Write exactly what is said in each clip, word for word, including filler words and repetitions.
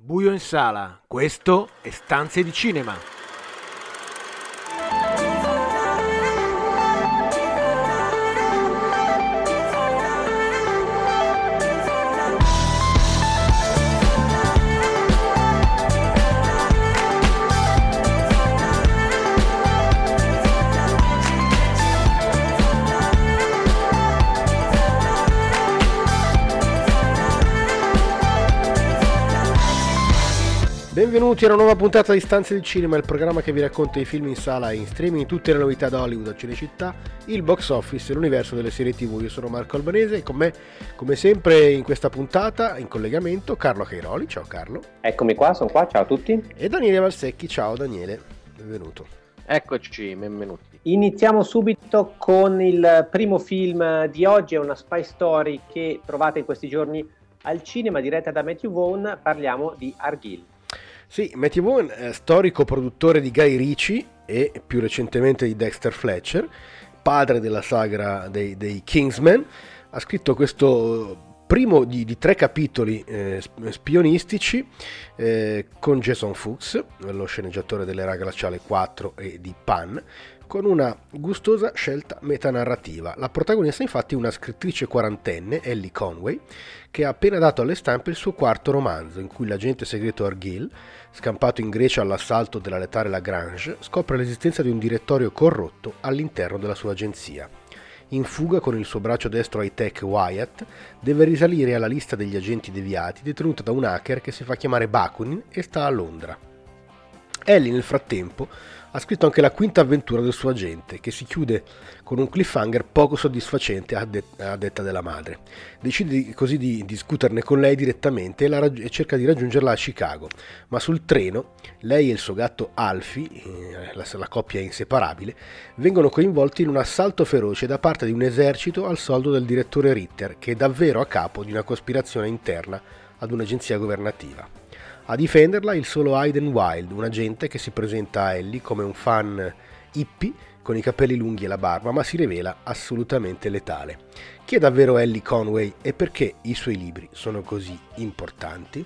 Buio in sala, questo è Stanze di Cinema. Benvenuti a una nuova puntata di Stanze di Cinema, il programma che vi racconta i film in sala e in streaming, tutte le novità da Hollywood a Cinecittà, il box office e l'universo delle serie tivù. Io sono Marco Albanese e con me, come sempre in questa puntata, in collegamento, Carlo Cairoli. Ciao Carlo. Eccomi qua, sono qua, ciao a tutti. E Daniele Valsecchi. Ciao Daniele, benvenuto. Eccoci, benvenuti. Iniziamo subito con il primo film di oggi, è una spy story che trovate in questi giorni al cinema, diretta da Matthew Vaughn. Parliamo di Argylle. Sì, Matthew Vaughn è storico produttore di Guy Ritchie e più recentemente di Dexter Fletcher, padre della saga dei, dei Kingsman. Ha scritto questo primo di, di tre capitoli eh, spionistici eh, con Jason Fuchs, lo sceneggiatore dell'Era glaciale quattro e di Pan, con una gustosa scelta metanarrativa. La protagonista infatti è una scrittrice quarantenne, Ellie Conway, che ha appena dato alle stampe il suo quarto romanzo, in cui l'agente segreto Argylle, scampato in Grecia all'assalto della letale Lagrange, scopre l'esistenza di un direttorio corrotto all'interno della sua agenzia. In fuga con il suo braccio destro high-tech Wyatt, deve risalire alla lista degli agenti deviati detenuta da un hacker che si fa chiamare Bakunin e sta a Londra. Ellie nel frattempo ha scritto anche la quinta avventura del suo agente, che si chiude con un cliffhanger poco soddisfacente a, de- a detta della madre. Decide così di discuterne con lei direttamente e, la raggi- e cerca di raggiungerla a Chicago, ma sul treno lei e il suo gatto Alfie, eh, la, la coppia inseparabile, vengono coinvolti in un assalto feroce da parte di un esercito al soldo del direttore Ritter, che è davvero a capo di una cospirazione interna ad un'agenzia governativa. A difenderla il solo Hayden Wilde, un agente che si presenta a Ellie come un fan hippie con i capelli lunghi e la barba, ma si rivela assolutamente letale. Chi è davvero Ellie Conway e perché i suoi libri sono così importanti?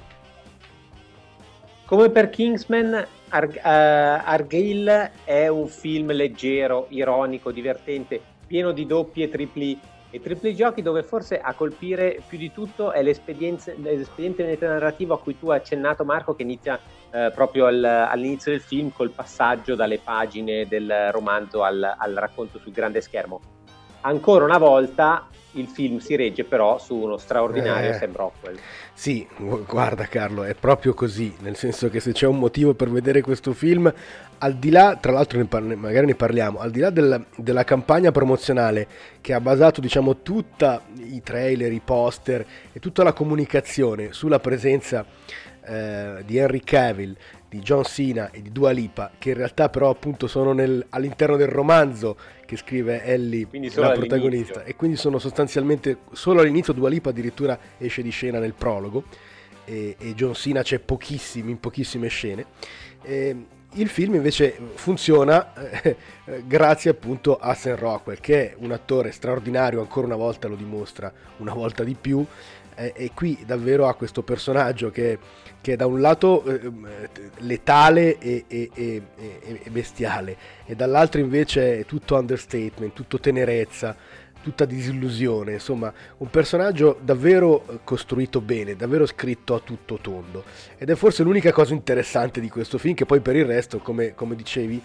Come per Kingsman, Ar- uh, Argylle è un film leggero, ironico, divertente, pieno di doppi e tripli e tripli giochi, dove forse a colpire più di tutto è l'espediente metanarrativo a cui tu hai accennato, Marco, che inizia eh, proprio al, all'inizio del film col passaggio dalle pagine del romanzo al, al racconto sul grande schermo. Ancora una volta il film si regge però su uno straordinario eh, Sam Rockwell. Sì, guarda Carlo, è proprio così, nel senso che se c'è un motivo per vedere questo film, al di là, tra l'altro ne parli, magari ne parliamo, al di là della, della campagna promozionale che ha basato, diciamo, tutta i trailer, i poster e tutta la comunicazione sulla presenza eh, di Henry Cavill, di John Cena e di Dua Lipa, che in realtà però appunto sono nel, all'interno del romanzo che scrive Ellie, la protagonista, e quindi sono sostanzialmente solo all'inizio. Dua Lipa addirittura esce di scena nel prologo e, e John Cena c'è pochissimi, in pochissime scene. E il film invece funziona eh, grazie appunto a Sam Rockwell, che è un attore straordinario, ancora una volta lo dimostra, una volta di più, eh, e qui davvero ha questo personaggio che, che è da un lato eh, letale e, e, e, e bestiale, e dall'altro invece è tutto understatement, tutto tenerezza, tutta disillusione. Insomma, un personaggio davvero costruito bene, davvero scritto a tutto tondo, ed è forse l'unica cosa interessante di questo film, che poi per il resto, come, come dicevi,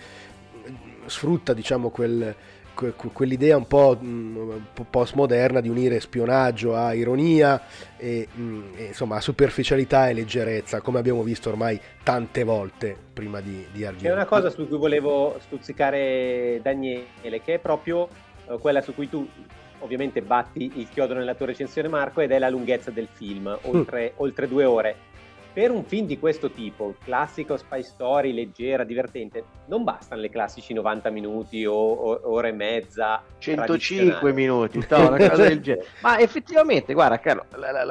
sfrutta, diciamo, quel, que, quell'idea un po' postmoderna di unire spionaggio a ironia e, e insomma a superficialità e leggerezza, come abbiamo visto ormai tante volte prima di, di Argylle. C'è una cosa su cui volevo stuzzicare Daniele, che è proprio quella su cui tu ovviamente batti il chiodo nella tua recensione, Marco, ed è la lunghezza del film, oltre, mm. oltre due ore. Per un film di questo tipo, classico spy story, leggera, divertente, non bastano le classici novanta minuti o, o ora e mezza, centocinque minuti, no, una cosa del genere. Ma effettivamente, guarda Carlo, la, la, la,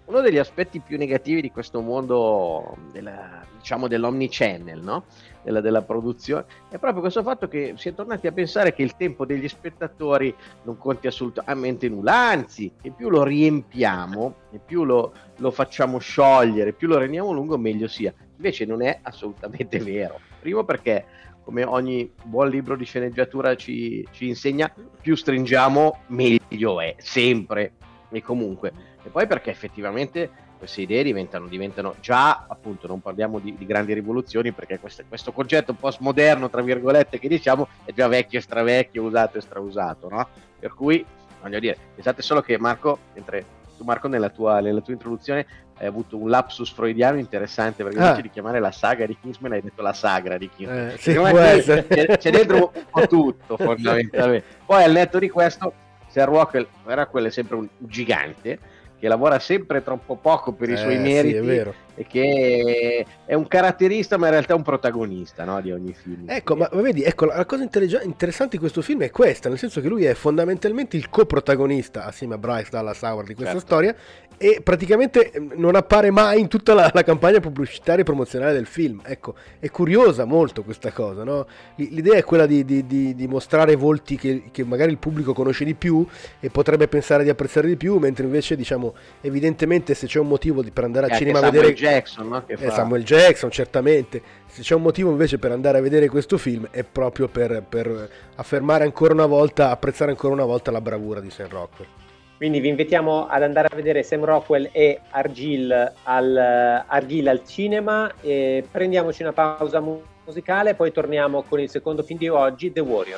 uno degli aspetti più negativi di questo mondo della, diciamo dell'omnichannel, no? Della, della produzione, è proprio questo fatto che si è tornati a pensare che il tempo degli spettatori non conti assolutamente nulla, anzi, che più lo riempiamo e più lo, lo facciamo sciogliere, più lo rendiamo lungo, meglio sia. Invece non è assolutamente vero. Primo perché, come ogni buon libro di sceneggiatura ci, ci insegna, più stringiamo meglio è, sempre e comunque. E poi perché effettivamente queste idee diventano, diventano già, appunto, non parliamo di, di grandi rivoluzioni, perché questo, questo concetto postmoderno, tra virgolette, che diciamo, è già vecchio e stravecchio, usato e strausato, no? Per cui, voglio dire, pensate solo che Marco, mentre tu Marco nella tua, nella tua introduzione hai avuto un lapsus freudiano interessante, perché Ah. invece di chiamare la saga di Kingsman hai detto la sagra di Kingsman. Eh, sì, Secondo può me essere. c'è, c'è dentro un po' tutto, fondamentalmente. Poi al netto di questo, Sam Rockwell, Rockwell è sempre un gigante, che lavora sempre troppo poco per i suoi Eh, meriti, sì, è vero. e che è un caratterista ma in realtà è un protagonista, no, di ogni film. Ecco, ma, ma vedi, ecco, la, la cosa intellig- interessante di questo film è questa, nel senso che lui è fondamentalmente il coprotagonista assieme a Bryce Dallas Howard di questa Certo. storia, e praticamente eh, non appare mai in tutta la, la campagna pubblicitaria e promozionale del film. Ecco, è curiosa molto questa cosa, no? L- L'idea è quella di, di- di- di mostrare volti che, che magari il pubblico conosce di più e potrebbe pensare di apprezzare di più, mentre invece, diciamo, evidentemente se c'è un motivo di- per andare al È anche cinema a Samuel vedere... Jackson, no, che Eh, fa... Samuel Jackson, certamente. Se c'è un motivo invece per andare a vedere questo film è proprio per, per affermare ancora una volta, apprezzare ancora una volta la bravura di Sam Rockwell. Quindi vi invitiamo ad andare a vedere Sam Rockwell e Argylle al, Argylle al cinema. E prendiamoci una pausa mu- musicale, poi torniamo con il secondo film di oggi, The Warrior.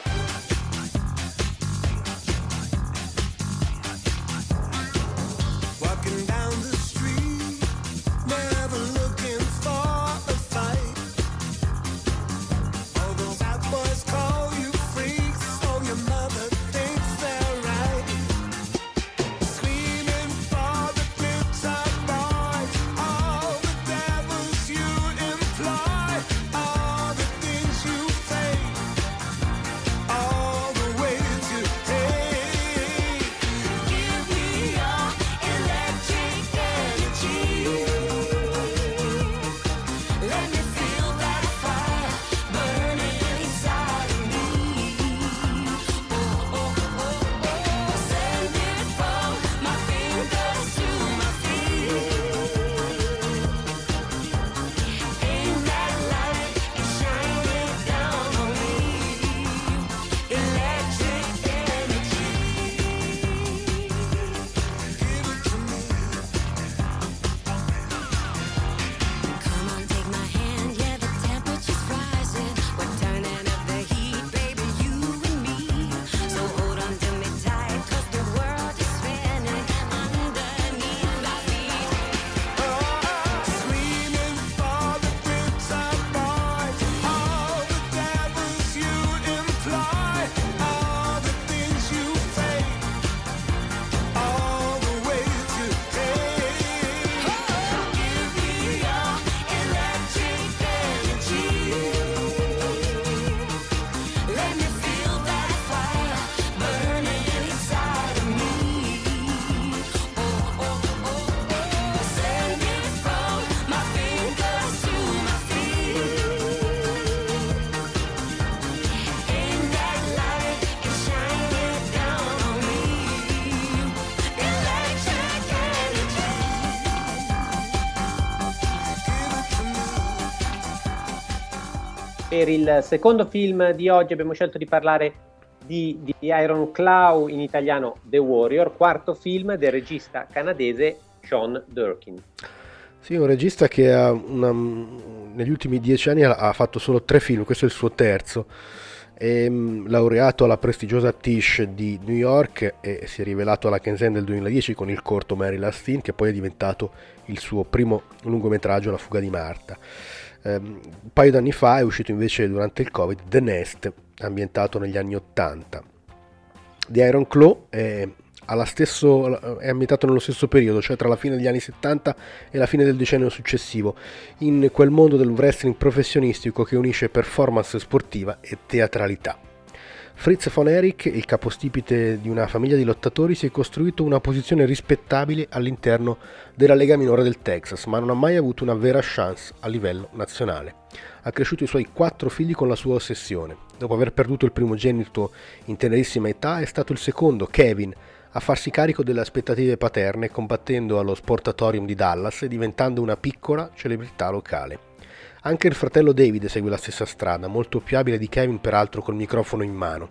Walking down the street, never looking for a fight. All those bad boys call you freaks, so your mother thinks they're right. Screaming for the glitter boys, all the devils you employ, all the things you fake, all the ways you hate. Give me your electric energy. Let me feel that fire burning inside of me. Oh, oh, oh, oh. Send it from my fingers to my feet. Aim that light and shine it down on me. Electric energy. Give it to me. Come on, take my hand, yeah, the temperature's rising. We're turning up the heat, baby, you and me. So hold on to me tight, 'cause the world is spinning underneath our feet. Screaming for the glitter boys, all the devils you employ, all the things you fake, all the ways you hate. Give me your electric energy. Let me feel that fire burning inside of me. Oh, oh, oh, oh. Send it from my fingers to my feet. Aim that light and shine it down on me. Electric energy. Per il secondo film di oggi abbiamo scelto di parlare di, di Iron Claw, in italiano The Warrior, quarto film del regista canadese Sean Durkin. Sì, un regista che ha una- negli ultimi dieci anni ha, ha fatto solo tre film, questo è il suo terzo. È mm, laureato alla prestigiosa Tisch di New York e si è rivelato alla Kensen del duemiladieci con il corto Mary Last Teen, che poi è diventato il suo primo lungometraggio, La fuga di Marta. Ehm, un paio d'anni fa è uscito invece durante il Covid The Nest, ambientato negli anni ottanta. The Iron Claw è, alla stesso, è ambientato nello stesso periodo, cioè tra la fine degli anni settanta e la fine del decennio successivo, in quel mondo del wrestling professionistico che unisce performance sportiva e teatralità. Fritz von Erich, il capostipite di una famiglia di lottatori, si è costruito una posizione rispettabile all'interno della Lega Minore del Texas, ma non ha mai avuto una vera chance a livello nazionale. Ha cresciuto i suoi quattro figli con la sua ossessione. Dopo aver perduto il primogenito in tenerissima età, è stato il secondo, Kevin, a farsi carico delle aspettative paterne, combattendo allo Sportatorium di Dallas e diventando una piccola celebrità locale. Anche il fratello David segue la stessa strada, molto più abile di Kevin peraltro col microfono in mano.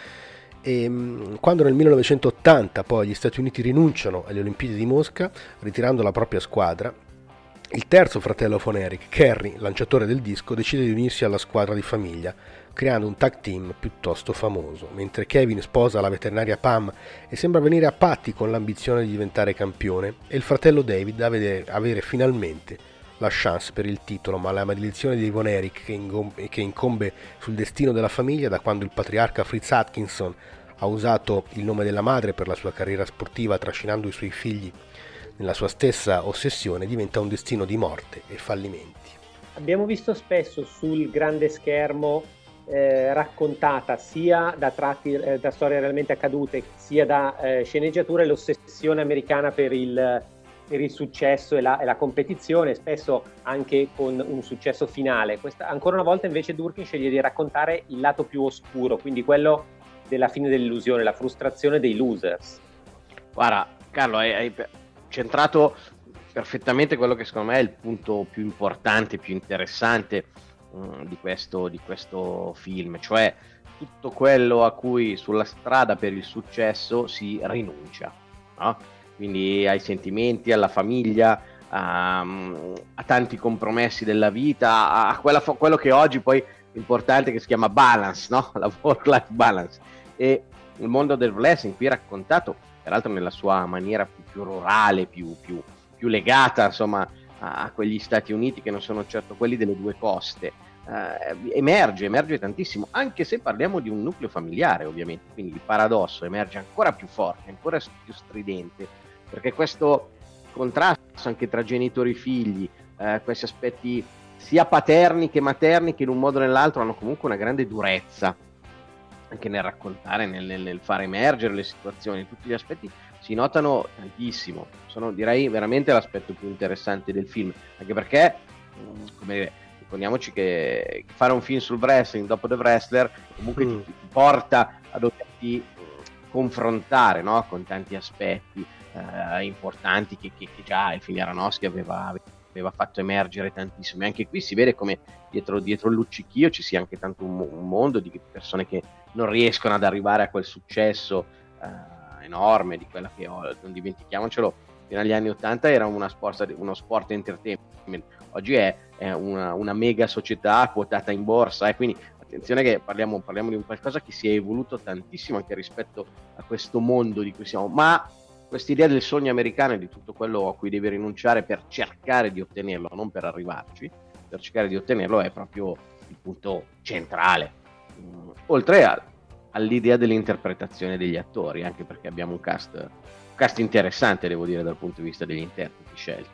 E, quando nel millenovecentottanta poi gli Stati Uniti rinunciano alle Olimpiadi di Mosca, ritirando la propria squadra, il terzo fratello von Erich, Kerry, lanciatore del disco, decide di unirsi alla squadra di famiglia, creando un tag team piuttosto famoso, mentre Kevin sposa la veterinaria Pam e sembra venire a patti con l'ambizione di diventare campione, e il fratello David avere, avere finalmente la chance per il titolo, ma la maledizione di Von Erich che, ingom- che incombe sul destino della famiglia da quando il patriarca Fritz Atkinson ha usato il nome della madre per la sua carriera sportiva, trascinando i suoi figli nella sua stessa ossessione, diventa un destino di morte e fallimenti. Abbiamo visto spesso sul grande schermo eh, raccontata sia da tratti eh, da storie realmente accadute, sia da eh, sceneggiature, l'ossessione americana per il per il successo e la, e la competizione, spesso anche con un successo finale. Questa, ancora una volta invece Durkin sceglie di raccontare il lato più oscuro, quindi quello della fine dell'illusione, la frustrazione dei losers. Guarda, Carlo, hai, hai centrato perfettamente quello che secondo me è il punto più importante, più interessante um, di, questo, di questo film, cioè tutto quello a cui sulla strada per il successo si rinuncia, no? Quindi ai sentimenti, alla famiglia, a, a tanti compromessi della vita, a, a quella, quello che oggi poi è importante, che si chiama balance, no? La work-life balance. E il mondo del wrestling qui raccontato, peraltro nella sua maniera più, più rurale, più, più, più legata insomma a quegli Stati Uniti che non sono certo quelli delle due coste, eh, emerge, emerge tantissimo, anche se parliamo di un nucleo familiare ovviamente, quindi il paradosso emerge ancora più forte, ancora più stridente, perché questo contrasto anche tra genitori e figli, eh, questi aspetti sia paterni che materni, che in un modo o nell'altro hanno comunque una grande durezza anche nel raccontare, nel, nel, nel far emergere le situazioni, tutti gli aspetti si notano tantissimo, sono direi veramente l'aspetto più interessante del film, anche perché, come dire, ricordiamoci che fare un film sul wrestling dopo The Wrestler comunque mm. ti, ti porta a doverti confrontare, no? Con tanti aspetti eh, importanti che, che, che già il film di Aronofsky aveva, aveva fatto emergere tantissimo, e anche qui si vede come dietro, dietro il luccichio ci sia anche tanto un, un mondo di persone che non riescono ad arrivare a quel successo eh, enorme di quella che ho, non dimentichiamocelo, fino agli anni ottanta era una sport, uno sport entertainment, oggi è, è una, una mega società quotata in borsa, e eh, quindi attenzione che parliamo, parliamo di un qualcosa che si è evoluto tantissimo anche rispetto a questo mondo di cui siamo, ma quest'idea del sogno americano e di tutto quello a cui devi rinunciare per cercare di ottenerlo, non per arrivarci, per cercare di ottenerlo è proprio il punto centrale, mm, oltre a, all'idea dell'interpretazione degli attori, anche perché abbiamo un cast, un cast interessante, devo dire, dal punto di vista degli interpreti scelti.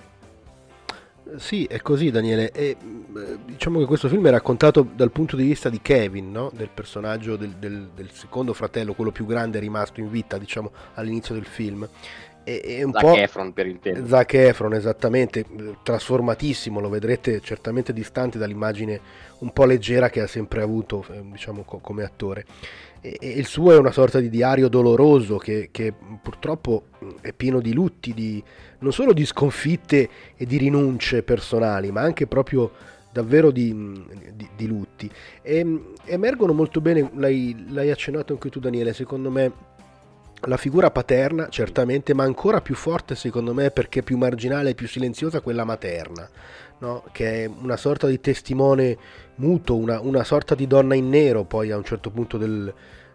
Sì, è così, Daniele, e diciamo che questo film è raccontato dal punto di vista di Kevin, no? Del personaggio del, del, del secondo fratello, quello più grande rimasto in vita, diciamo, all'inizio del film. E, e un Zac po' Efron, per intendere. Zac Efron, esattamente, trasformatissimo, lo vedrete certamente distante dall'immagine un po' leggera che ha sempre avuto, diciamo, co- come attore. E, e il suo è una sorta di diario doloroso che, che purtroppo è pieno di lutti, di, non solo di sconfitte e di rinunce personali, ma anche proprio davvero di, di, di lutti. E emergono molto bene, l'hai, l'hai accennato anche tu, Daniele, secondo me, la figura paterna, certamente, ma ancora più forte secondo me, perché più marginale e più silenziosa, quella materna, no? Che è una sorta di testimone muto, una, una sorta di donna in nero poi a un certo punto del,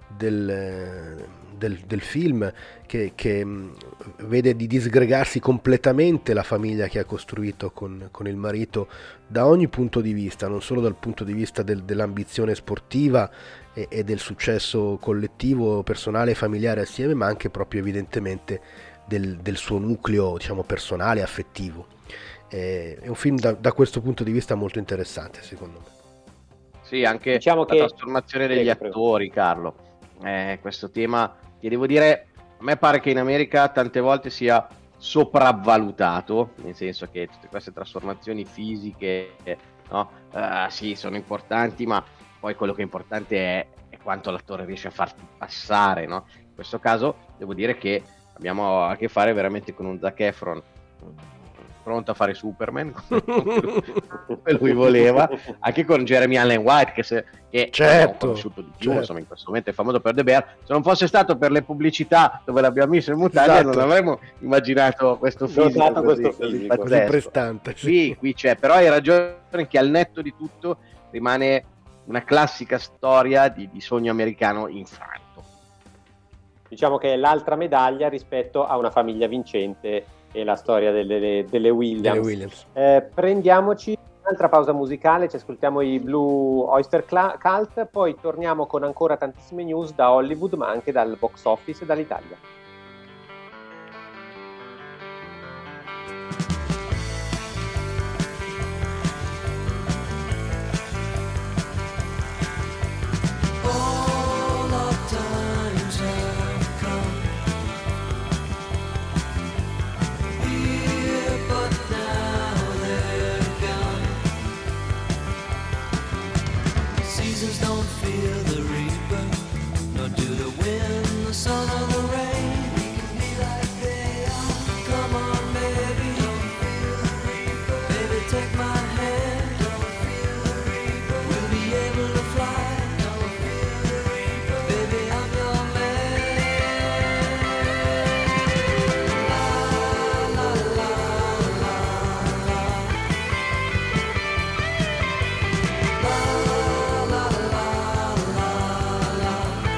del, del, del film, che, che vede di disgregarsi completamente la famiglia che ha costruito con, con il marito da ogni punto di vista, non solo dal punto di vista del, dell'ambizione sportiva e, e del successo collettivo, personale e familiare assieme, ma anche proprio evidentemente del, del suo nucleo, diciamo, personale, affettivo. È un film da, da questo punto di vista molto interessante, secondo me. Sì, anche diciamo la che... trasformazione degli Prego, prego. attori, Carlo, eh, questo tema, ti devo dire, a me pare che in America tante volte sia sopravvalutato, nel senso che tutte queste trasformazioni fisiche, no? Eh, sì, sono importanti, ma poi quello che è importante è, è quanto l'attore riesce a farti passare, no? In questo caso devo dire che abbiamo a che fare veramente con un Zac Efron pronto a fare Superman come lui voleva, anche con Jeremy Allen White che, se, che Certo, ho conosciuto di più, certo. insomma in questo momento è famoso per The Bear. Se non fosse stato per le pubblicità dove l'abbiamo messo in mutande, Esatto. non avremmo immaginato questo fisico Notato così, questo così fisico. Così pazzesco. prestante. sì. Qui, qui c'è, però hai ragione che al netto di tutto rimane una classica storia di, di sogno americano infranto. Diciamo che è l'altra medaglia rispetto a Una famiglia vincente e la storia delle, delle- delle Williams. Delle Williams. Eh, prendiamoci un'altra pausa musicale, ci ascoltiamo i Blue Oyster Cla- Cult, poi torniamo con ancora tantissime news da Hollywood, ma anche dal box office e dall'Italia. All our times have come here, but now they're gone. Seasons don't fear the reaper, nor do the wind, the sun, or the rain. We can be like they are. Come on, baby, don't fear the reaper. Baby, take my hand. Don't fear the reaper. We'll be able to fly. Don't fear the reaper. Baby, I'm your man. La la la la la. La la la la la.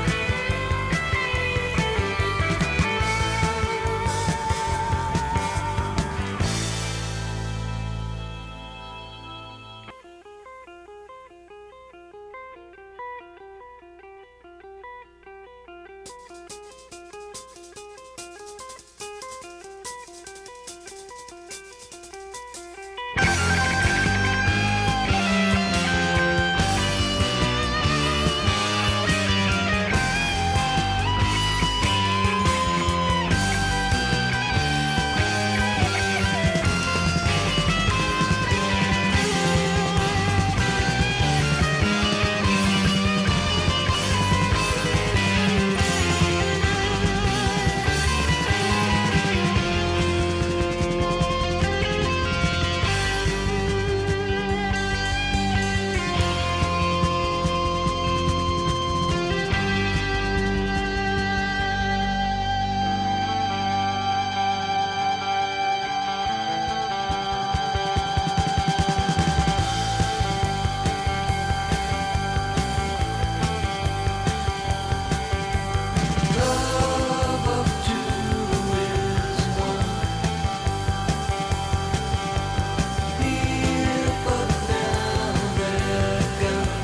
Love of two is one. Here, but now they're gone.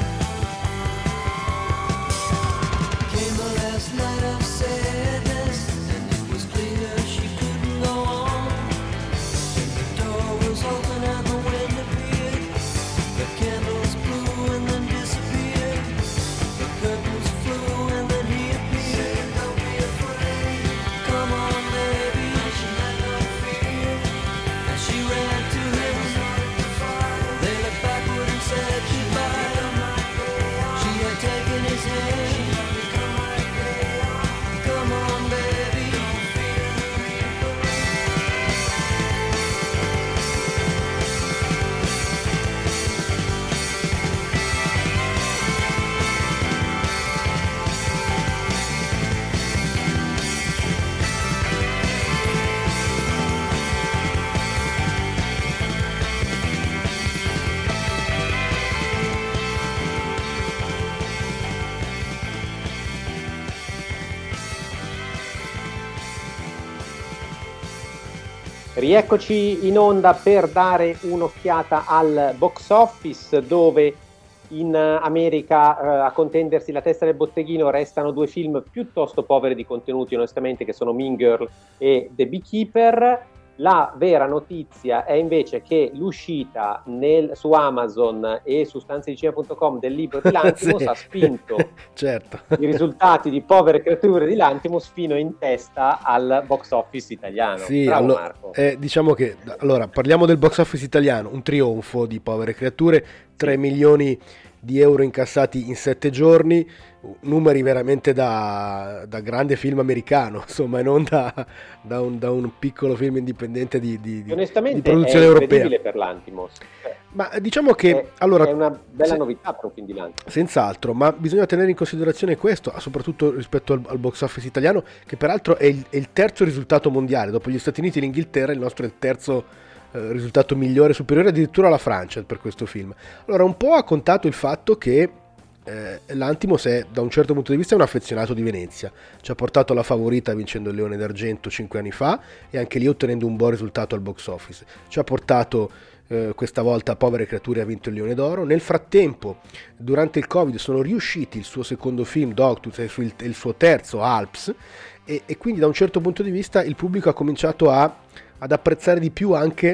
Came the last night of sadness, and it was clear she couldn't go on. The door was open and the wind appeared. The candles blew and then disappeared. The curtains flew and then he appeared. Don't be afraid. Come on, baby. She had no fear. And she ran to him. They looked backward and said goodbye. She had taken his hand. Come on, baby. Rieccoci in onda per dare un'occhiata al box office, dove in eh, America eh, a contendersi la testa del botteghino restano due film piuttosto poveri di contenuti, onestamente, che sono Mean Girl e The Beekeeper. La vera notizia è invece che l'uscita nel, su Amazon e su stanze di cinema punto com del libro di Lantimos Sì. ha spinto Certo. i risultati di Povere creature di Lantimos fino in testa al box office italiano. Sì, Bravo allo- Marco. eh, diciamo che allora parliamo del box office italiano, un trionfo di Povere creature, tre milioni di euro incassati in sette giorni, numeri veramente da, da grande film americano, insomma, e non da, da un, da un piccolo film indipendente di, di, E di onestamente produzione è europea. incredibile per l'Antimos. Cioè, Ma diciamo che è, allora è una bella se- novità per un film di Lantimos. Senz'altro, ma bisogna tenere in considerazione questo, soprattutto rispetto al, al box office italiano, che peraltro è il, è il terzo risultato mondiale. Dopo gli Stati Uniti e l'Inghilterra, il nostro è il terzo eh, risultato migliore, superiore addirittura alla Francia per questo film. Allora, un po' ha contato il fatto che eh, l'Antimos è, da un certo punto di vista, un affezionato di Venezia. Ci ha portato la Favorita vincendo il Leone d'Argento cinque anni fa e anche lì ottenendo un buon risultato al box office. Ci ha portato eh, questa volta Povere creature, ha vinto il Leone d'Oro. Nel frattempo, durante il Covid, sono riusciti il suo secondo film Dogtooth e il, il suo terzo Alps, e, e quindi da un certo punto di vista il pubblico ha cominciato a, ad apprezzare di più anche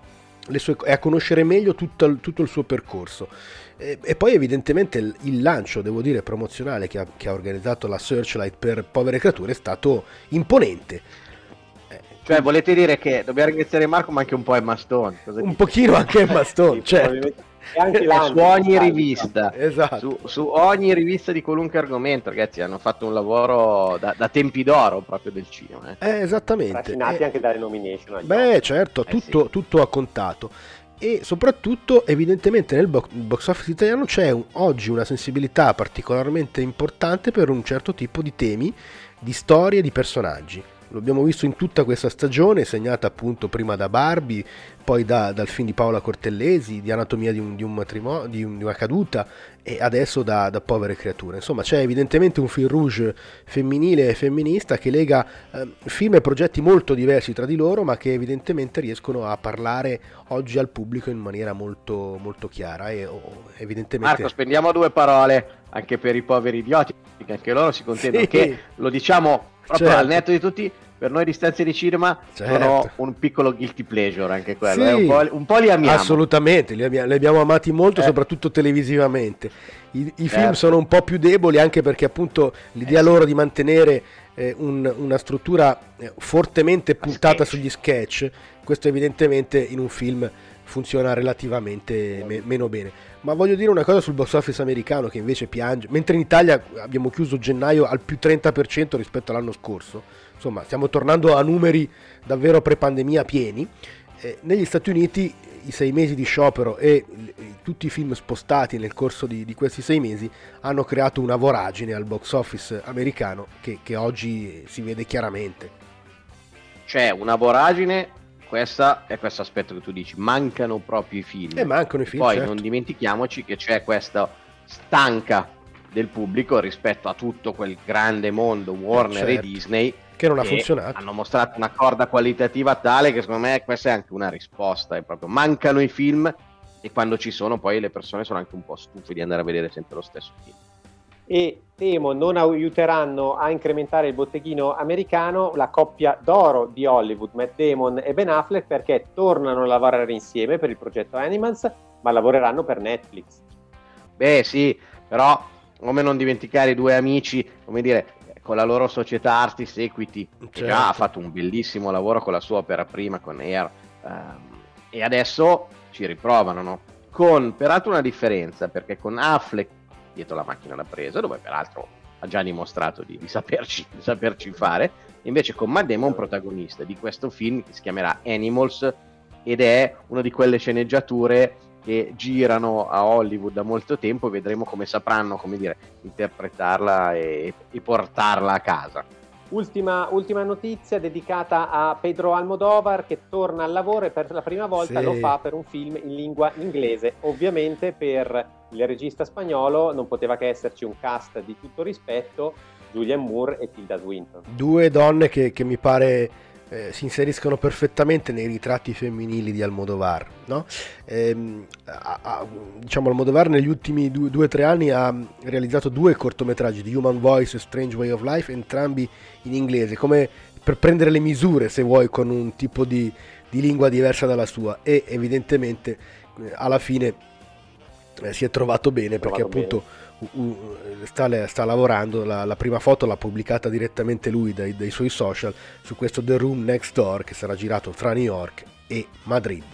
le sue, e a conoscere meglio tutto il, tutto il suo percorso. E, e poi evidentemente il, il lancio, devo dire, promozionale che ha, che ha organizzato la Searchlight per Povere creature è stato imponente. Eh, Cioè, volete dire che dobbiamo ringraziare Marco, ma anche un po' Emma Stone? Cosa un dici? pochino anche Emma Stone, Sì, certo. probabilmente. E anche Su l'Antimos, ogni sai, rivista, Esatto. su, su ogni rivista di qualunque argomento, ragazzi, hanno fatto un lavoro da, da tempi d'oro proprio del cinema. eh. Eh, esattamente. trascinati Eh, anche dalle nomination agli Beh, Oscar. certo, Eh, tutto, tutto ha contato. E soprattutto, evidentemente, nel bo- box office italiano c'è un- oggi una sensibilità particolarmente importante per un certo tipo di temi, di storie, di personaggi. Lo abbiamo visto in tutta questa stagione, segnata appunto prima da Barbie, poi da- dal film di Paola Cortellesi, di Anatomia di, un, di, un matrimonio, di, un- di una caduta, e adesso da, da Povere creature. Insomma, c'è evidentemente un fil rouge femminile e femminista che lega eh, film e progetti molto diversi tra di loro, ma che evidentemente riescono a parlare oggi al pubblico in maniera molto, molto chiara e oh, evidentemente... Marco, spendiamo due parole anche per i poveri idioti, che anche loro si contendono, Sì. che lo diciamo proprio Certo. al netto di tutti, per noi di Stanze di Cinema Certo. sono un piccolo guilty pleasure anche quello, Sì. eh, un, po', un po' li amiamo. Assolutamente, li abbiamo, li abbiamo amati molto, Eh. soprattutto televisivamente. I, i film Certo. sono un po' più deboli anche perché appunto l'idea Eh, sì. loro di mantenere eh, un- una struttura eh, fortemente puntata sketch. sugli sketch, questo evidentemente in un film funziona relativamente me- meno bene. Ma voglio dire una cosa sul box office americano che invece piange, mentre in Italia abbiamo chiuso gennaio al più trenta per cento rispetto all'anno scorso, insomma stiamo tornando a numeri davvero pre-pandemia pieni. Eh, negli Stati Uniti i sei mesi di sciopero e l- tutti i film spostati nel corso di, di questi sei mesi hanno creato una voragine al box office americano che, che oggi si vede chiaramente. C'è una voragine, questa è questo aspetto che tu dici, mancano proprio i film. E mancano i film, Poi certo. non dimentichiamoci che c'è questa stanca del pubblico rispetto a tutto quel grande mondo Warner Certo. e Disney che non ha che funzionato. hanno mostrato una corda qualitativa tale che secondo me questa è anche una risposta, è proprio mancano i film e quando ci sono poi le persone sono anche un po' stufe di andare a vedere sempre lo stesso film. E temo non aiuteranno a incrementare il botteghino americano la coppia d'oro di Hollywood, Matt Damon e Ben Affleck, perché tornano a lavorare insieme per il progetto Animals, ma lavoreranno per Netflix. Beh sì, però come non dimenticare i due amici, come dire, con la loro società Artist Equity, che Certo. già ha fatto un bellissimo lavoro con la sua opera prima, con Air, ehm, e adesso ci riprovano, no? Con peraltro una differenza, perché con Affleck dietro la macchina da presa, dove peraltro ha già dimostrato di, di saperci, di saperci fare, invece con Matt Damon protagonista di questo film che si chiamerà Animals ed è una di quelle sceneggiature che girano a Hollywood da molto tempo e vedremo come sapranno, come dire, interpretarla e, e portarla a casa. Ultima, ultima notizia dedicata a Pedro Almodovar, che torna al lavoro e per la prima volta Sì. lo fa per un film in lingua inglese. Ovviamente per il regista spagnolo non poteva che esserci un cast di tutto rispetto, Julianne Moore e Tilda Swinton. Due donne che, che mi pare eh, si inseriscono perfettamente nei ritratti femminili di Almodovar, no? Ehm, ha- ha- diciamo Almodovar negli ultimi due o tre anni ha realizzato due cortometraggi, The Human Voice e Strange Way of Life, entrambi in inglese. Come per prendere le misure, se vuoi, con un tipo di, di lingua diversa dalla sua, e evidentemente eh, alla fine eh, si è trovato bene, perché trovato appunto u- u- sta, sta lavorando, la, la prima foto l'ha pubblicata direttamente lui dai, dai suoi social su questo The Room Next Door, che sarà girato tra New York e Madrid.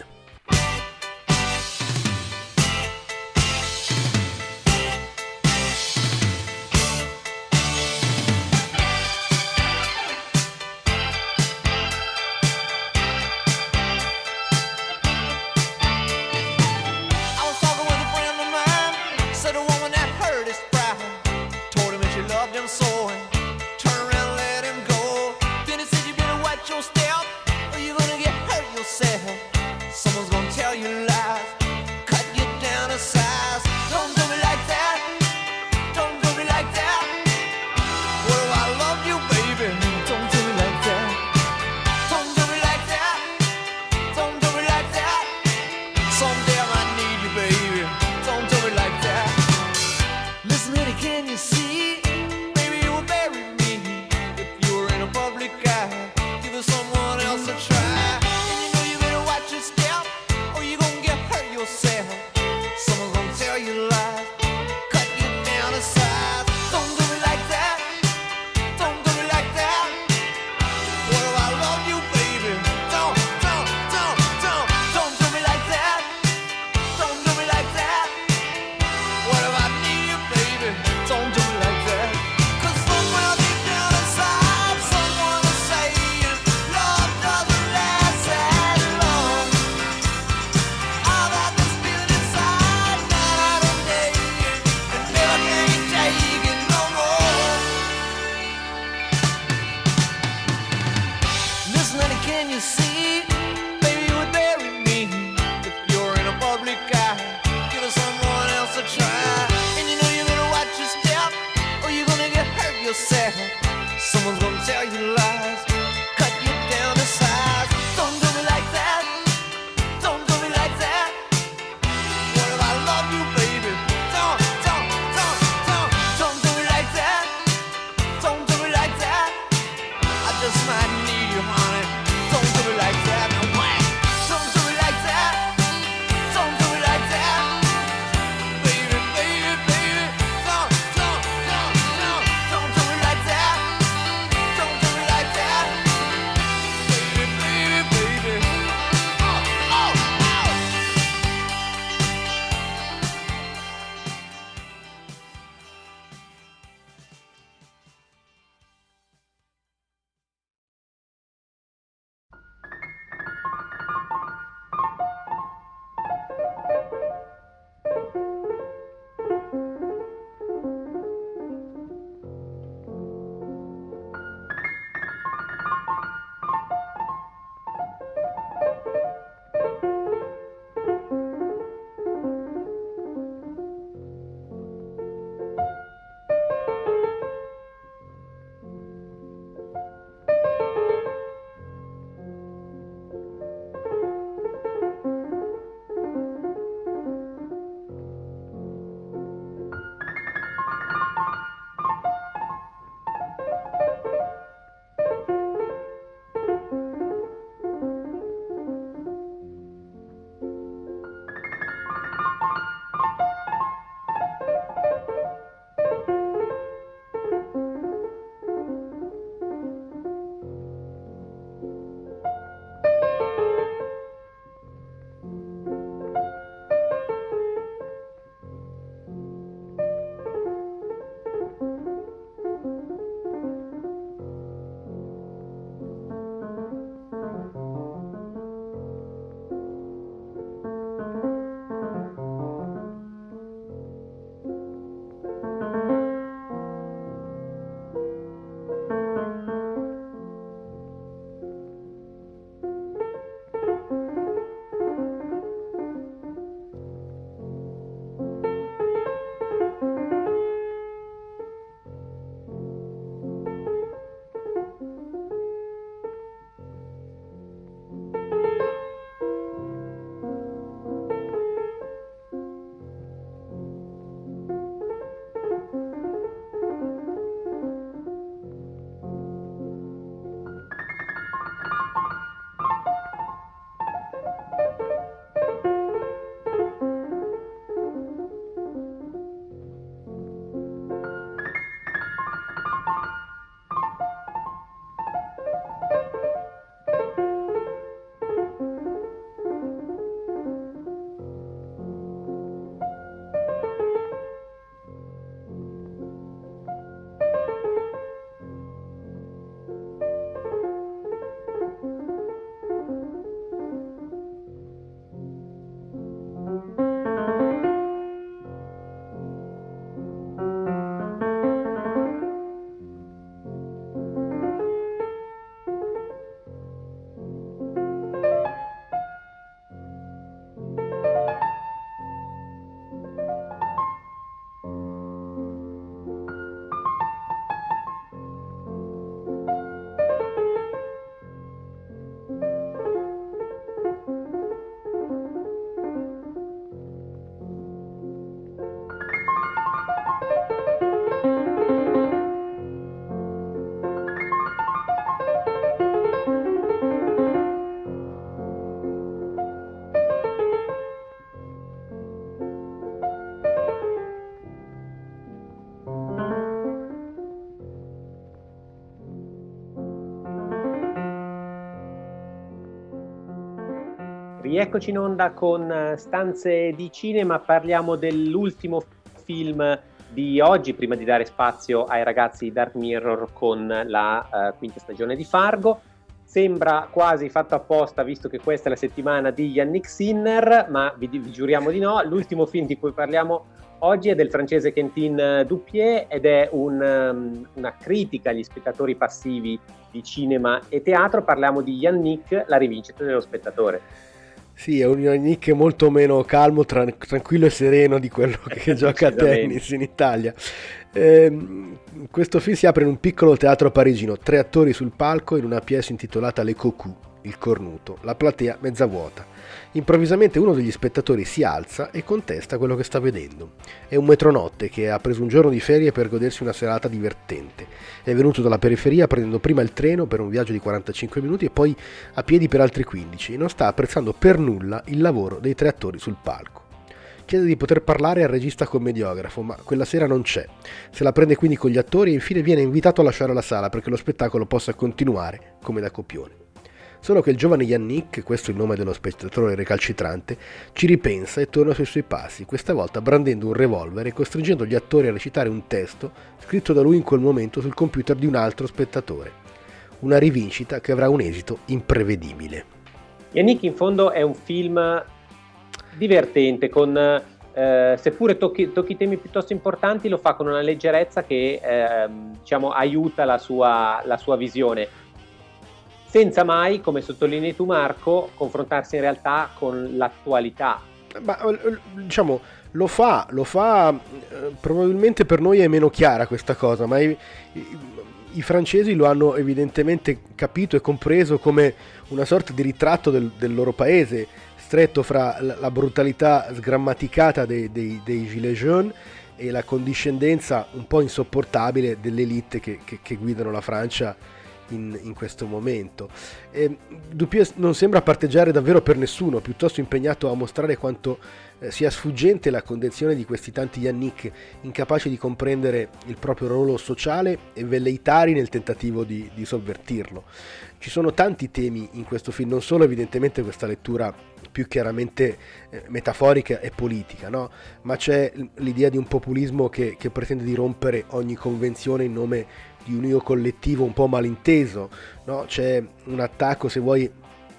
I was talking with a friend of mine, said a woman that hurt his pride, told him that she loved him so, and turned around and let him go. Then he said, you better watch your step, or you're gonna get hurt yourself. Someone's gonna tell you lies, cut you down to size. Don't do me like that, don't do me like that. What if I love you, baby? Don't do me like that. Don't do me like that, don't do me like that. Someday I might need you, baby. Don't do me like that. Listen, honey, can you see? Baby, you will bury me if you were in a public eye. Give it someone else a try. And you know you better watch your step, or you gonna get hurt yourself. Someone's gonna tell you lies, cut you down to size. Don't do me like that. Don't do me like that. What if I love you, baby? Don't, don't, don't, don't, don't do me like that. Don't do me like that. What if I need you, baby? Don't do me like that. 'Cause somewhere deep down inside, someone is saying love doesn't last as long. I've got this feeling inside, night and day, and never can take it no more. Listen, honey, can you see? Baby, you would bury me if you're in a public eye. Give it someone else a try. And you know you better watch your step, or you're gonna get hurt yourself. Someone's gonna tell you lies, cut you down to size. Don't do me like that. Don't do me like that. What if I love you, baby? Don't, don't, don't, don't, don't do me like that. Don't do me like that. I just might need you, honey. Don't do me like that. No way. Don't do me like that. Don't do me like that. Baby, baby, baby. Don't, don't, don't, don't, don't do me like that. Don't do me like Rieccoci in onda con eh, Stanze di Cinema, parliamo dell'ultimo film di oggi, prima di dare spazio ai ragazzi di Dark Mirror con la eh, quinta stagione di Fargo. Sembra quasi fatto apposta, visto che questa è la settimana di Yannick Sinner, ma vi, vi giuriamo di no. L'ultimo film di cui parliamo oggi è del francese Quentin Dupieux ed è un, um, una critica agli spettatori passivi di cinema e teatro. Parliamo di Yannick, la rivincita dello spettatore. Sì, è un Yannick molto meno calmo, tran- tranquillo e sereno di quello che gioca a tennis in Italia. Ehm, questo film si apre in un piccolo teatro parigino, tre attori sul palco in una pièce intitolata Le Cocu, il cornuto, la platea mezza vuota. Improvvisamente uno degli spettatori si alza e contesta quello che sta vedendo. È un metronotte che ha preso un giorno di ferie per godersi una serata divertente. È venuto dalla periferia prendendo prima il treno per un viaggio di quarantacinque minuti e poi a piedi per altri quindici e non sta apprezzando per nulla il lavoro dei tre attori sul palco. Chiede di poter parlare al regista commediografo, ma quella sera non c'è. Se la prende quindi con gli attori e infine viene invitato a lasciare la sala perché lo spettacolo possa continuare come da copione. Solo che il giovane Yannick, questo è il nome dello spettatore recalcitrante, ci ripensa e torna sui suoi passi, questa volta brandendo un revolver e costringendo gli attori a recitare un testo scritto da lui in quel momento sul computer di un altro spettatore. Una rivincita che avrà un esito imprevedibile. Yannick in fondo è un film divertente, con eh, seppure tocchi, tocchi temi piuttosto importanti, lo fa con una leggerezza che eh, diciamo aiuta la sua, la sua visione, senza mai, come sottolinei tu Marco, confrontarsi in realtà con l'attualità. Ma diciamo lo fa, lo fa eh, probabilmente per noi è meno chiara questa cosa, ma i, i, i francesi lo hanno evidentemente capito e compreso come una sorta di ritratto del, del loro paese, stretto fra la, la brutalità sgrammaticata dei, dei, dei gilets jaunes e la condiscendenza un po' insopportabile dell'elite che, che, che guidano la Francia In, in questo momento. Eh, Dupieux non sembra parteggiare davvero per nessuno, piuttosto impegnato a mostrare quanto eh, sia sfuggente la condizione di questi tanti Yannick, incapaci di comprendere il proprio ruolo sociale e velleitari nel tentativo di, di sovvertirlo. Ci sono tanti temi in questo film, non solo evidentemente questa lettura più chiaramente eh, metaforica e politica, no? Ma c'è l'idea di un populismo che, che pretende di rompere ogni convenzione in nome di un io collettivo un po' malinteso, no? C'è un attacco, se vuoi,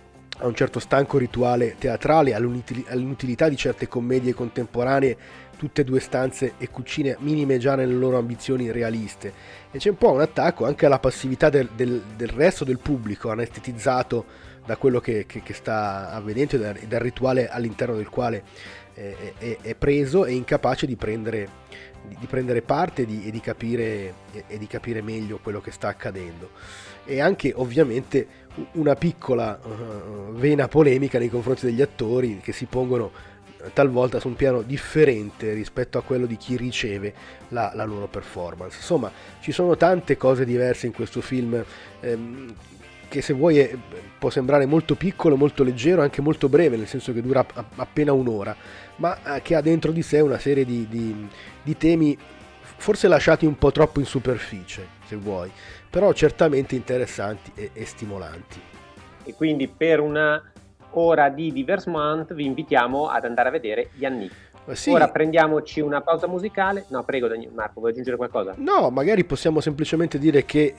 a un certo stanco rituale teatrale, all'inutilità di certe commedie contemporanee, tutte due stanze e cucine minime già nelle loro ambizioni realiste, e c'è un po' un attacco anche alla passività del, del, del resto del pubblico, anestetizzato da quello che, che, che sta avvenendo e dal, dal rituale all'interno del quale è, è, è preso e incapace di prendere di prendere parte e di, e, di capire, e, e di capire meglio quello che sta accadendo, e anche ovviamente una piccola uh, vena polemica nei confronti degli attori che si pongono talvolta su un piano differente rispetto a quello di chi riceve la, la loro performance. Insomma, ci sono tante cose diverse in questo film ehm, che, se vuoi, è, può sembrare molto piccolo, molto leggero, anche molto breve, nel senso che dura a, appena un'ora, ma eh, che ha dentro di sé una serie di, di, di temi forse lasciati un po' troppo in superficie, se vuoi, però certamente interessanti e, e stimolanti. E quindi per una ora di diversement vi invitiamo ad andare a vedere Yannick. Sì. Ora prendiamoci una pausa musicale. No, prego Daniele. Marco, vuoi aggiungere qualcosa? No, magari possiamo semplicemente dire che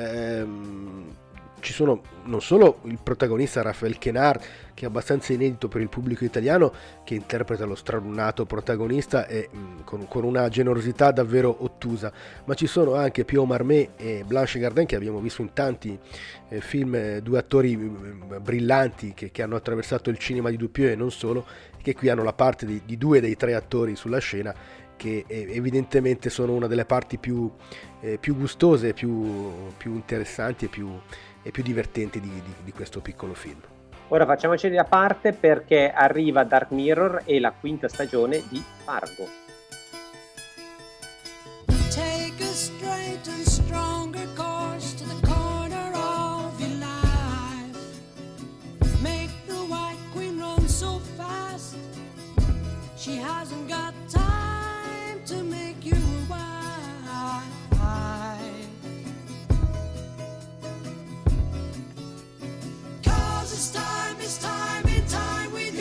ehm, ci sono non solo il protagonista Raphaël Quenard, che è abbastanza inedito per il pubblico italiano, che interpreta lo stralunato protagonista e mh, con, con una generosità davvero ottusa, ma ci sono anche Pio Marmé e Blanche Gardin, che abbiamo visto in tanti eh, film, eh, due attori mh, brillanti che, che hanno attraversato il cinema di Dupieux e non solo, che qui hanno la parte di, di due dei tre attori sulla scena, che eh, evidentemente sono una delle parti più, eh, più gustose, più, più interessanti e più, e più divertenti di, di, di questo piccolo film. Ora facciamoci da parte perché arriva Dark Mirror e la quinta stagione di Fargo. Take a straight and stronger course to the corner of your life. Make the White Queen run so fast. She hasn't got time to make you a wife. Cause it's time, it's time, in time with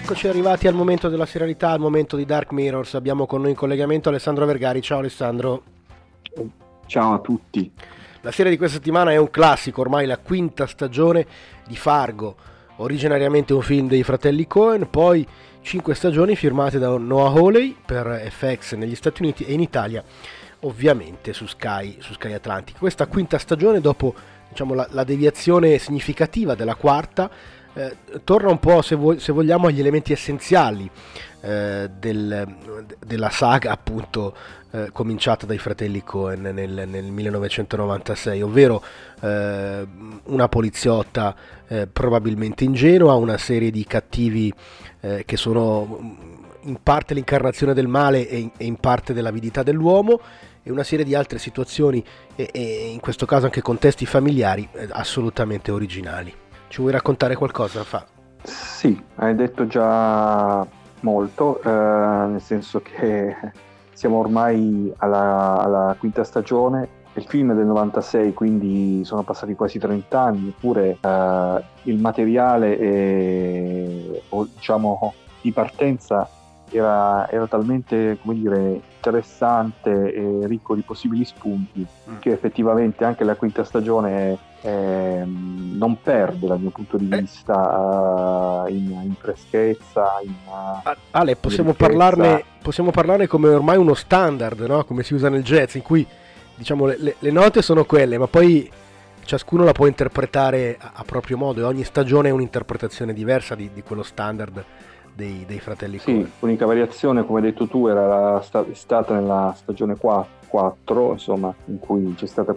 Eccoci arrivati al momento della serialità, al momento di Dark Mirrors. Abbiamo con noi in collegamento Alessandro Vergari. Ciao Alessandro. Ciao a tutti. La serie di questa settimana è un classico, ormai la quinta stagione di Fargo, originariamente un film dei fratelli Coen, poi cinque stagioni firmate da Noah Hawley per F X negli Stati Uniti e in Italia ovviamente su Sky, su Sky Atlantic. Questa quinta stagione, dopo diciamo la, la deviazione significativa della quarta, eh, torna un po', se, vo- se vogliamo, agli elementi essenziali eh, del, della saga appunto eh, cominciata dai fratelli Coen nel, nel millenovecentonovantasei, ovvero eh, una poliziotta eh, probabilmente ingenua, una serie di cattivi eh, che sono in parte l'incarnazione del male e in, e in parte dell'avidità dell'uomo, e una serie di altre situazioni e, e in questo caso anche contesti familiari eh, assolutamente originali. Ci vuoi raccontare qualcosa, Fa? Sì, hai detto già molto, eh, nel senso che siamo ormai alla, alla quinta stagione. Il film è del novantasei, quindi sono passati quasi trenta anni, eppure eh, il materiale è, o, diciamo, di partenza era, era talmente, come dire, interessante e ricco di possibili spunti Mm. che effettivamente anche la quinta stagione ehm, non perde dal mio punto di Eh. vista eh, in, in freschezza, in, Ah, Ale, possiamo ricchezza. parlarne, possiamo parlarne come ormai uno standard, no? Come si usa nel jazz, in cui diciamo le, le- le note sono quelle, ma poi ciascuno la può interpretare a, a proprio modo, e ogni stagione è un'interpretazione diversa di, di quello standard dei, dei fratelli Sì, Coen. l'unica variazione, come hai detto tu, era la sta- è stata nella stagione quattro, insomma, in cui c'è stata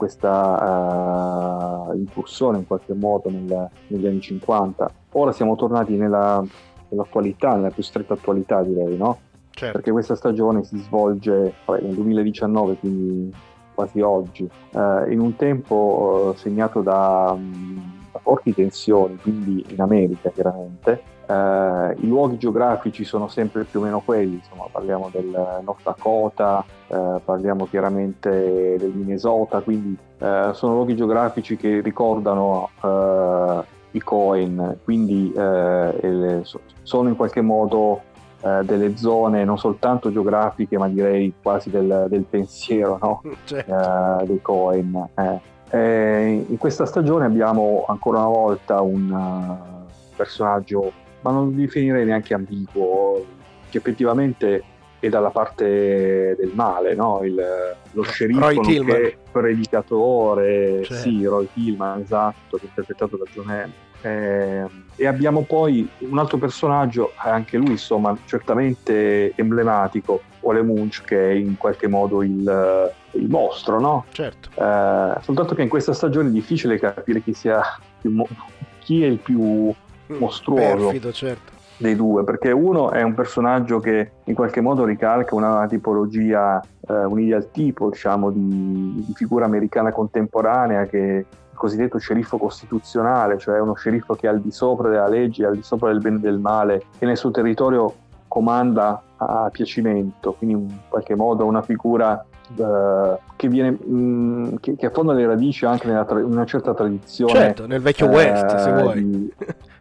questa eh, incursione in qualche modo nel- negli anni cinquanta. Ora siamo tornati nella, nell'attualità, nella più stretta attualità, direi, no? Certo. Perché questa stagione si svolge vabbè, nel duemiladiciannove, quindi quasi oggi, eh, in un tempo eh, segnato da, mh, da forti tensioni, quindi in America chiaramente. Eh, I luoghi geografici sono sempre più o meno quelli, insomma, parliamo del North Dakota, eh, parliamo chiaramente del Minnesota, quindi eh, sono luoghi geografici che ricordano eh, i Coen, quindi eh, le- so- sono in qualche modo eh, delle zone non soltanto geografiche, ma direi quasi del, del pensiero, no? Certo. eh, dei Coen. eh. Eh, in questa stagione abbiamo ancora una volta un eh, personaggio, ma non lo definirei neanche ambiguo, che effettivamente è dalla parte del male, no? Il, lo sceriffo, Roy Tillman. nonché predicatore, Certo. sì, Roy Tillman, esatto, che è interpretato da John Hamm. Eh, e abbiamo poi un altro personaggio, eh, anche lui insomma certamente emblematico, Ole Munch, che è in qualche modo il, il mostro, no? Certo. Eh, soltanto che in questa stagione è difficile capire chi sia più mo- chi è il più mostruoso Perfido, certo. dei due, perché uno è un personaggio che in qualche modo ricalca una tipologia, eh, un idealtipo, diciamo, di, di figura americana contemporanea, che è il cosiddetto sceriffo costituzionale, cioè uno sceriffo che è al di sopra della legge, al di sopra del bene e del male, e nel suo territorio comanda a piacimento, quindi in qualche modo una figura eh, che viene mh, che, che affonda le radici anche nella tra- in una certa tradizione, Certo, nel vecchio eh, West, se vuoi. di-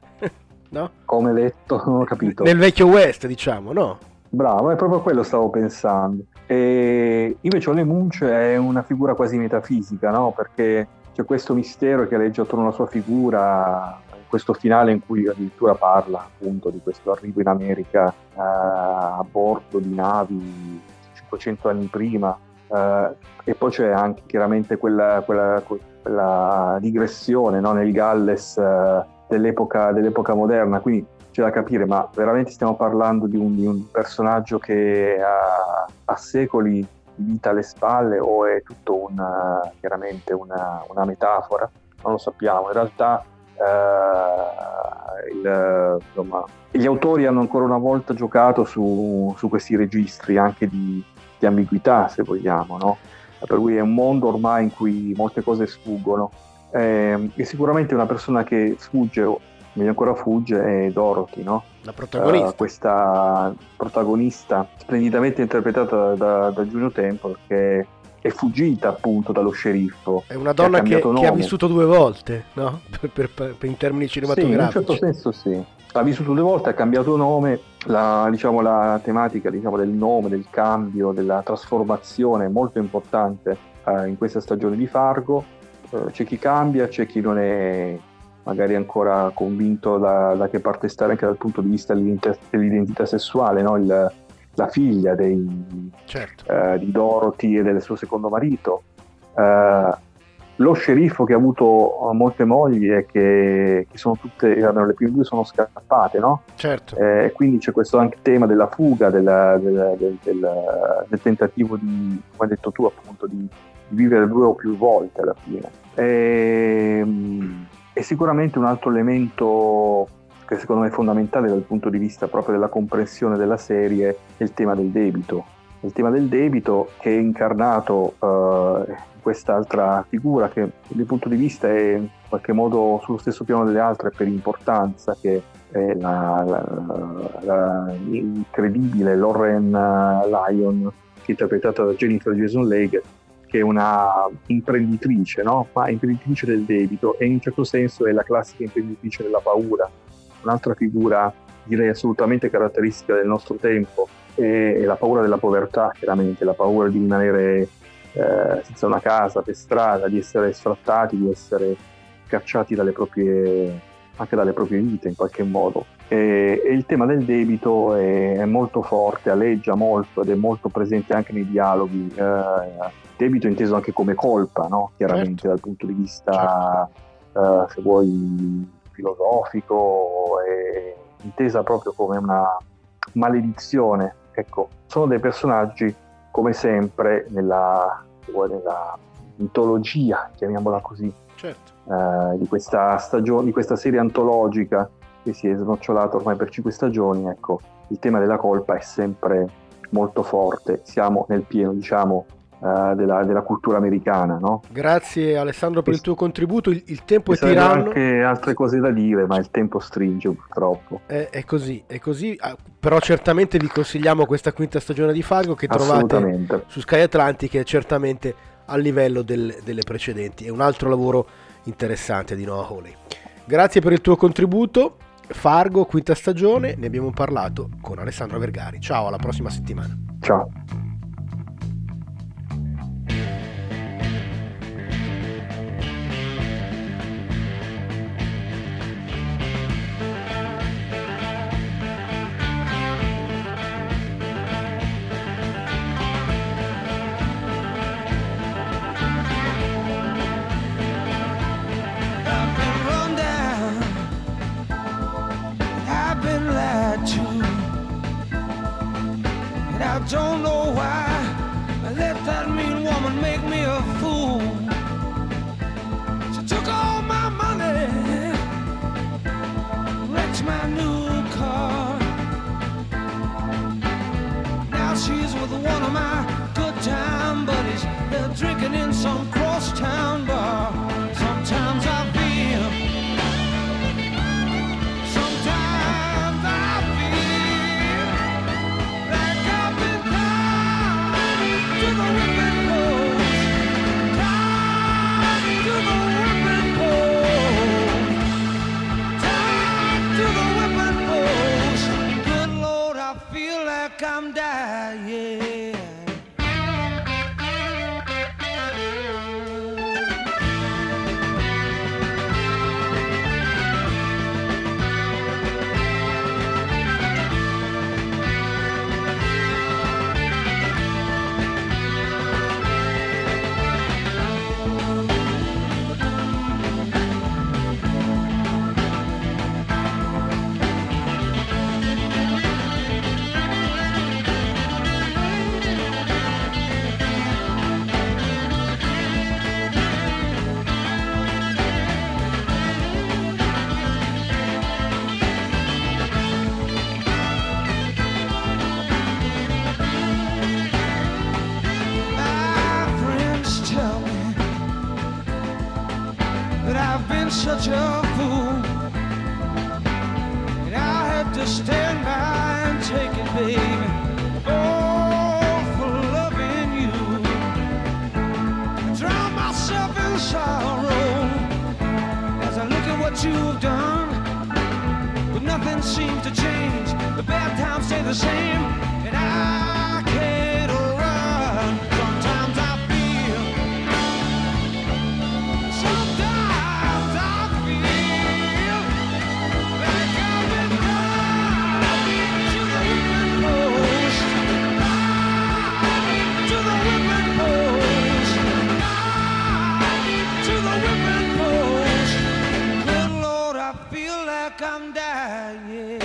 No? come detto, non ho capito. Nel vecchio West, diciamo, no? Bravo, è proprio quello stavo pensando. E invece Ole Munch è una figura quasi metafisica, no? Perché c'è questo mistero che legge attorno alla sua figura, questo finale in cui addirittura parla appunto di questo arrivo in America eh, a bordo di navi cinquecento anni prima, eh, e poi c'è anche chiaramente quella, quella, quella digressione, no? Nel Galles eh, dell'epoca, dell'epoca moderna, quindi c'è da capire, ma veramente stiamo parlando di un, di un personaggio che ha, ha secoli di vita alle spalle, o è tutto una, chiaramente una, una metafora? Non lo sappiamo. In realtà eh, il, insomma, gli autori hanno ancora una volta giocato su, su questi registri anche di, di ambiguità, se vogliamo, no? Per cui è un mondo ormai in cui molte cose sfuggono. Eh, e sicuramente una persona che sfugge, o meglio ancora fugge, è Dorothy, no? La protagonista. Eh, questa protagonista splendidamente interpretata da, da Juno Temple, che è fuggita appunto dallo sceriffo. È una donna che, cambiato che ha nome. vissuto due volte, no? Per, per- per- in termini Sì, in un cinematografici. certo senso sì. l'ha vissuto due volte, ha cambiato nome, la, diciamo, la tematica diciamo, del nome, del cambio, della trasformazione è molto importante eh, in questa stagione di Fargo. Eh, c'è chi cambia, c'è chi non è magari ancora convinto da, da che parte stare anche dal punto di vista dell'identità, dell'identità sessuale, no? Il, la figlia dei, Certo. eh, di Dorothy e del suo secondo marito. Eh, lo sceriffo che ha avuto molte mogli e che, che sono tutte, erano le prime due, sono scappate, no? Certo. Eh, quindi c'è questo anche tema della fuga, della- della- del, del- del tentativo di, come hai detto tu, appunto, di, di vivere due o più volte alla fine. Ehm, E sicuramente un altro elemento che secondo me è fondamentale dal punto di vista proprio della comprensione della serie è il tema del debito. Il tema del debito che è incarnato eh, in quest'altra figura che dal mio punto di vista è in qualche modo sullo stesso piano delle altre per importanza, che è la, la, la incredibile Lauren Lyon, che è interpretata da Jennifer Jason Leigh, che è una imprenditrice, no? Ma imprenditrice del debito, e in un certo senso è la classica imprenditrice della paura. Un'altra figura direi assolutamente caratteristica del nostro tempo è, è la paura della povertà, chiaramente, la paura di rimanere eh, senza una casa, per strada, di essere sfrattati, di essere cacciati dalle proprie, anche dalle proprie vite in qualche modo. E, e il tema del debito è, è molto forte, aleggia molto ed è molto presente anche nei dialoghi. Eh, debito inteso anche come colpa, no? Chiaramente, Certo. dal punto di vista, eh, se vuoi, filosofico, e intesa proprio come una maledizione. Ecco, sono dei personaggi, come sempre, nella, se vuoi, nella mitologia, chiamiamola così, Certo. eh, di questa stagione, di questa serie antologica che si è snocciolata ormai per cinque stagioni. Ecco, il tema della colpa è sempre molto forte. Siamo nel pieno, diciamo, eh, della, della cultura americana, no? Grazie Alessandro per il tuo contributo. Il, il tempo Ci è sarebbero tiranno. anche altre cose da dire, ma il tempo stringe purtroppo. È, è così, è così. Ah, però certamente vi consigliamo questa quinta stagione di Fargo che trovate Assolutamente. su Sky Atlantic, che è certamente a livello del- delle precedenti. È un altro lavoro interessante di Noah Hawley. Grazie per il tuo contributo. Fargo, quinta stagione, ne abbiamo parlato con Alessandro Vergari. Ciao, alla prossima settimana. Ciao. I've been run down, I've been lied to, and I don't know why I let that mean woman make me a fool. She took all my money, wrecked my new car. Now she's with one of my good time buddies. They're drinking in some crosstown bar. Sometimes I feel, sometimes I feel like I've been tied to the whipping post, tied to the whipping post, tied to the whipping post. Good Lord, I feel like I'm dying. My friends tell me that I've been such a fool, and I had to stand by and take it, baby. Oh, for loving you, I drown myself in sorrow as I look at what you've done, with nothing nothing seems to change. The bad times stay the same, and I can't run. Sometimes I feel, sometimes I feel like I've been tied to the whipping post, to the whipping post, to the whipping post. Good Lord, I feel like I'm dying.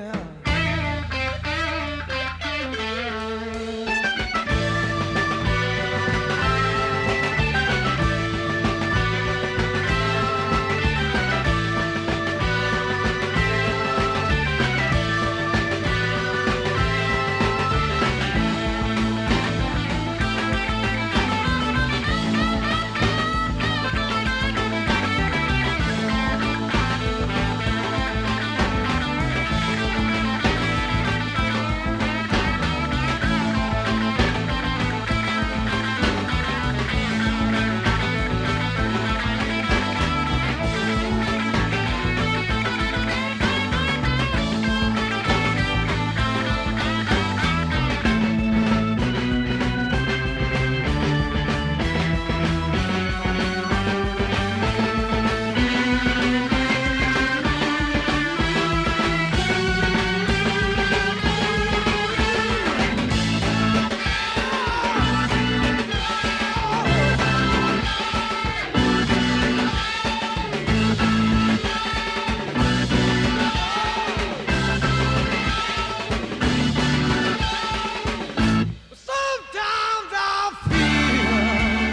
Sometimes I feel,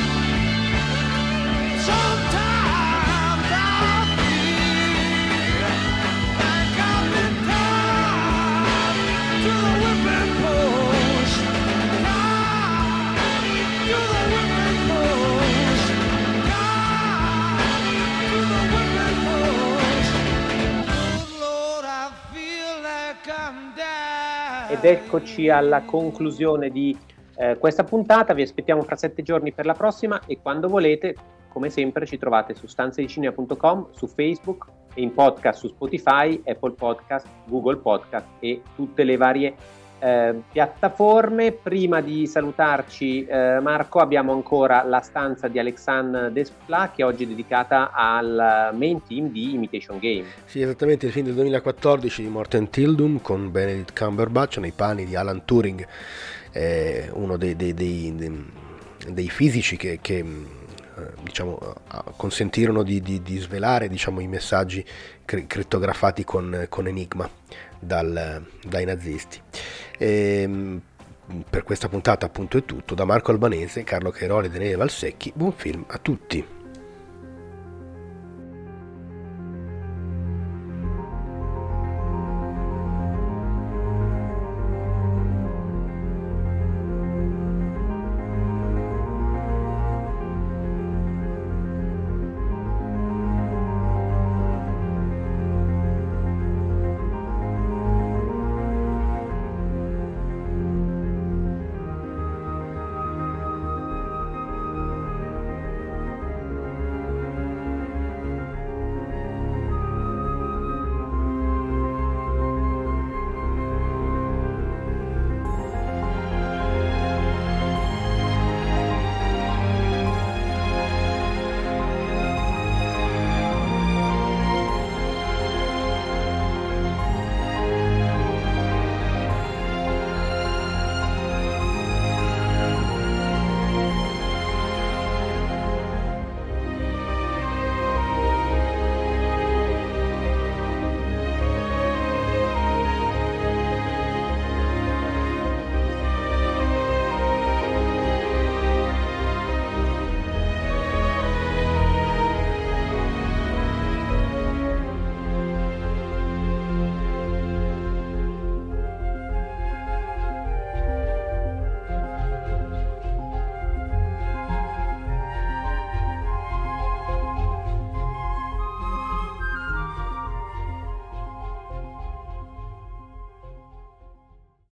sometimes I feel like I've been tied to the whipping post, tied to the whipping post, tied to the whipping post. Good Lord, I feel like I'm dying. Ed eccoci alla conclusione di eh, questa puntata. Vi aspettiamo fra sette giorni per la prossima e quando volete, come sempre, ci trovate su stanzedicinema punto com, su Facebook e in podcast su Spotify, Apple Podcast, Google Podcast e tutte le varie eh, piattaforme. Prima di salutarci, eh, Marco, abbiamo ancora la stanza di Alexandre Desplat, che oggi è dedicata al main team di Imitation Game. Sì, esattamente, il film del duemilaquattordici di Morten Tildum con Benedict Cumberbatch nei panni di Alan Turing, eh, uno dei, dei, dei, dei, dei fisici che, che eh, diciamo, consentirono di, di, di svelare, diciamo, i messaggi cri- crittografati con, con Enigma dal, dai nazisti. E, per questa puntata appunto è tutto. Da Marco Albanese, Carlo Cairoli e Daniele Valsecchi, buon film a tutti.